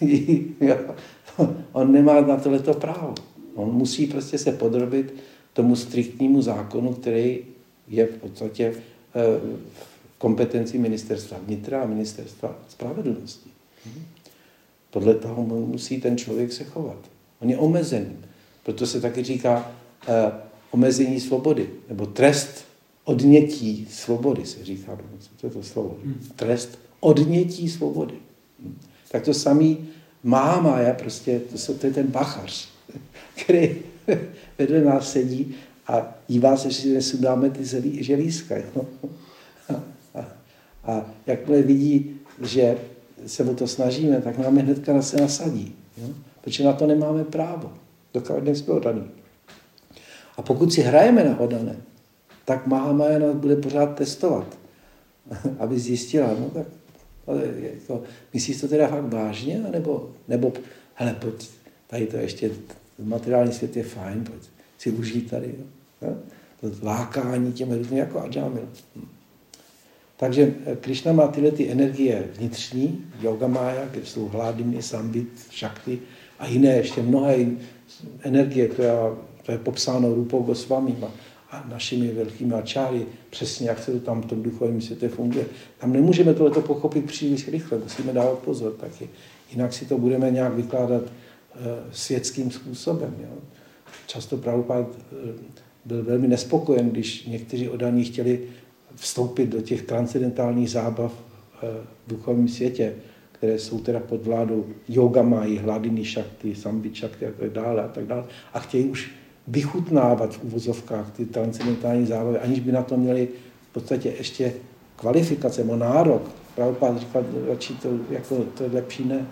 On nemá na tohleto právo. On musí prostě se podrobit tomu striktnímu zákonu, který je v podstatě v kompetenci ministerstva vnitra a ministerstva spravedlnosti. Podle toho musí ten člověk se chovat. On je omezený. Proto se taky říká eh, omezení svobody, nebo trest odnětí svobody, se říká. Co to je to slovo? Trest odnětí svobody. Tak to samý máma, já prostě, to, jsou, to je ten bachař, který vedle nás sedí a dívá se, že nesundáme ty želízka. Jo? A, a, a jakmile vidí, že se o to snažíme, tak nám hnedka se nasadí. Jo? Protože na to nemáme právo. Dokud nejsme oddaný. A pokud si hrajeme na oddané, tak Mahamája nás bude pořád testovat, aby zjistila, no tak, ale jako, myslíš to teda fakt vážně, nebo, nebo hele, pojď, tady to ještě, materiální svět je fajn, pojď si užít tady, jo? To lákání těm různým jako Ajamil. Hm. Takže Krišna má tyhle ty energie vnitřní, Yogamája, kde jsou Hládiny, Sambit, Shakti a jiné, ještě mnohé energie, která, to je popsáno Rupou Goswami a našimi velkými ačáry, přesně jak se to tam v tom duchovním světě funguje. Tam nemůžeme tohleto pochopit příliš rychle, musíme dávat pozor taky. Jinak si to budeme nějak vykládat uh, světským způsobem. Jo. Často Prabhupád uh, byl velmi nespokojen, když někteří oddaní chtěli vstoupit do těch transcendentálních zábav uh, v duchovním světě, které jsou teda pod vládou Yogamáji, Hladiny Shakti, Sambit Shakti a tak dále a tak dále. A chtějí už vychutnávat v uvozovkách ty transcendentální zábavy, aniž by na to měli v podstatě ještě kvalifikace, nebo nárok. Prabhupád říkal, radši to, jako, to je lepší ne.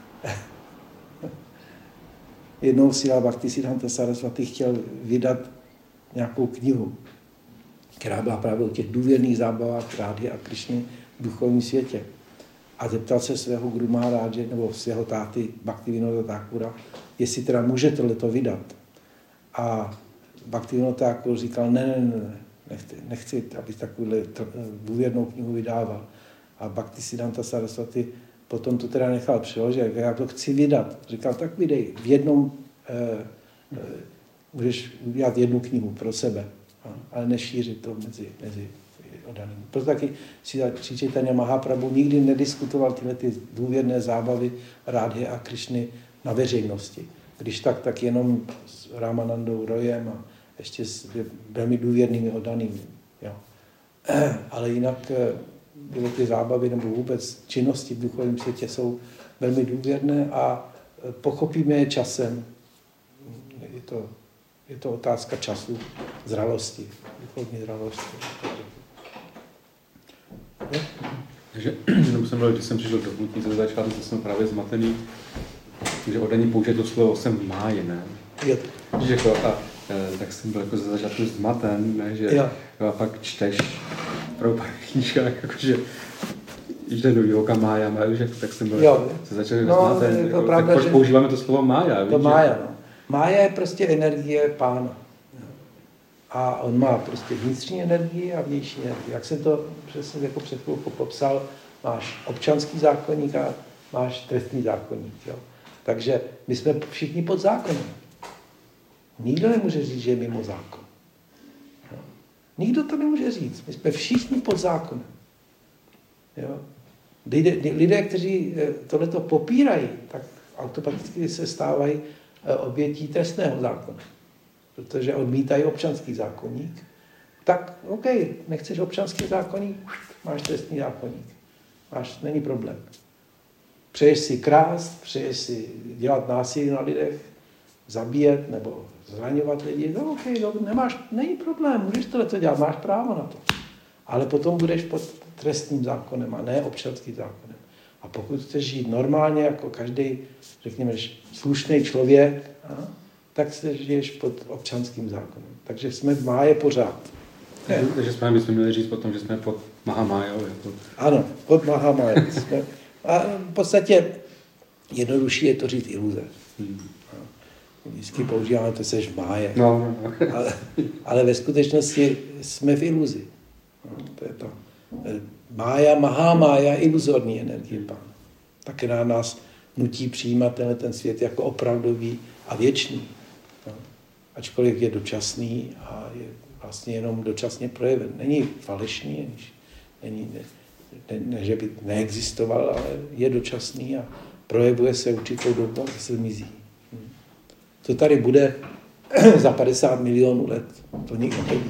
Jednou Srila Bhaktisiddhanta Sarasvati chtěl vydat nějakou knihu, která byla právě o těch důvěrných zábavách Rádhy a Krišny v duchovním světě. A zeptal se svého Guru Maharádže, nebo svého táty Bhaktivinoda Thakura, jestli teda může tohleto vydat. A Bhaktivinoda Thakur říkal, ne, ne, ne, nechci, nechci aby takovou důvěrnou knihu vydával. A Bhaktisiddhanta Sarasvati potom to teda nechal přeložit, já to chci vydat. Říkal, tak vydej, v jednom eh, eh, můžeš udělat jednu knihu pro sebe, ale nešířit to mezi, mezi odanými. Proto taky Sri Chaitanya Mahaprabhu nikdy nediskutoval tyhle ty důvěrné zábavy Rádhy a Krišny na veřejnosti. Když tak, tak jenom s Ramanandou Royem a ještě s velmi důvěrnými oddanými. Jo. Ale jinak bylo ty zábavy nebo vůbec činnosti v duchovním světě jsou velmi důvěrné a pochopíme je časem. Je to, je to otázka času, zralosti, duchovní zralosti. Takže jenom jsem byl, když jsem přišel do Plutnice ze začátku, jsem právě zmatený, že oddaní použije to slovo jsem v máji, ne? Jo. Že jako, a, tak jsem byl jako ze začátku zmaten, ne? Že jo. A pak čteš pro pár knížkách, jakože jde do yoga mája, že, tak jsem byl jo. Se začal no, zmaten. Jako, pravda, tak proč že... používáme to slovo mája? To víš, mája, no. Mája je prostě energie pána. A on má prostě vnitřní energii a vnější energii. Jak jsem to přesně jako před chvilkou popsal, máš občanský zákoník a máš trestní zákoník. Jo. Takže my jsme všichni pod zákonem. Nikdo nemůže říct, že je mimo zákon. Jo. Nikdo to nemůže říct. My jsme všichni pod zákonem. Jo. Lidé, lidé, kteří tohleto popírají, tak automaticky se stávají obětí trestného zákona. Protože odmítají občanský zákoník Tak, OK, nechceš občanský zákoník, máš trestní zákoník. Máš, není problém. Přeješ si krást, přeješ si dělat násilí na lidech, zabíjet nebo zraňovat lidi, no OK, no, nemáš, není problém, můžeš tohle dělat, máš právo na to. Ale potom budeš pod trestním zákonem a ne občanským zákonem. A pokud chceš žít normálně, jako každý, řekněme, slušný člověk, a, tak se žiješ pod občanským zákonem. Takže jsme v máje pořád. Takže správně bychom měli říct potom, že jsme pod Mahamájou. Jako... Ano, pod Mahamájou. A v podstatě jednodušší je to říct iluze. Hmm. Vždycky používáme to, seš v máje. No, no. Ale, ale ve skutečnosti jsme v iluzi. No, to je to. Mája, Mahamája, iluzorní energie Pána. Také na nás nutí přijímat tenhle ten svět jako opravdový a věčný. No. Ačkoliv je dočasný a je vlastně jenom dočasně projeven. Není falešný, není, ne, ne, ne, že by neexistoval, ale je dočasný a projevuje se určitou dobu a se zmizí. Co tady bude za padesát milionů let, to nikdo neví.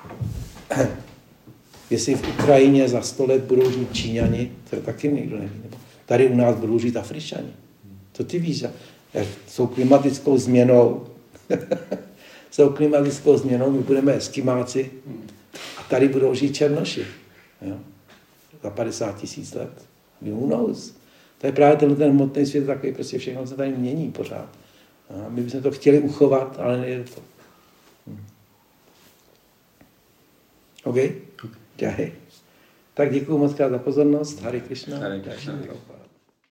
Jestli v Ukrajině za sto let budou žít Číňani, to taky nikdo neví. Nebo tady u nás budou žít Afričani. To ty víš, jak jsou klimatickou změnou. jsou klimatickou změnou, my budeme eskimáci a tady budou žít černoši. Jo? Za padesát tisíc let. Who knows? To je právě ten, ten hmotný svět takový, prostě všechno se tady mění pořád. A my bychom to chtěli uchovat, ale nejde to. Hm. OK? Okay. Tak děkuji moc krát za pozornost. Hare Krishna. Hare Krishna.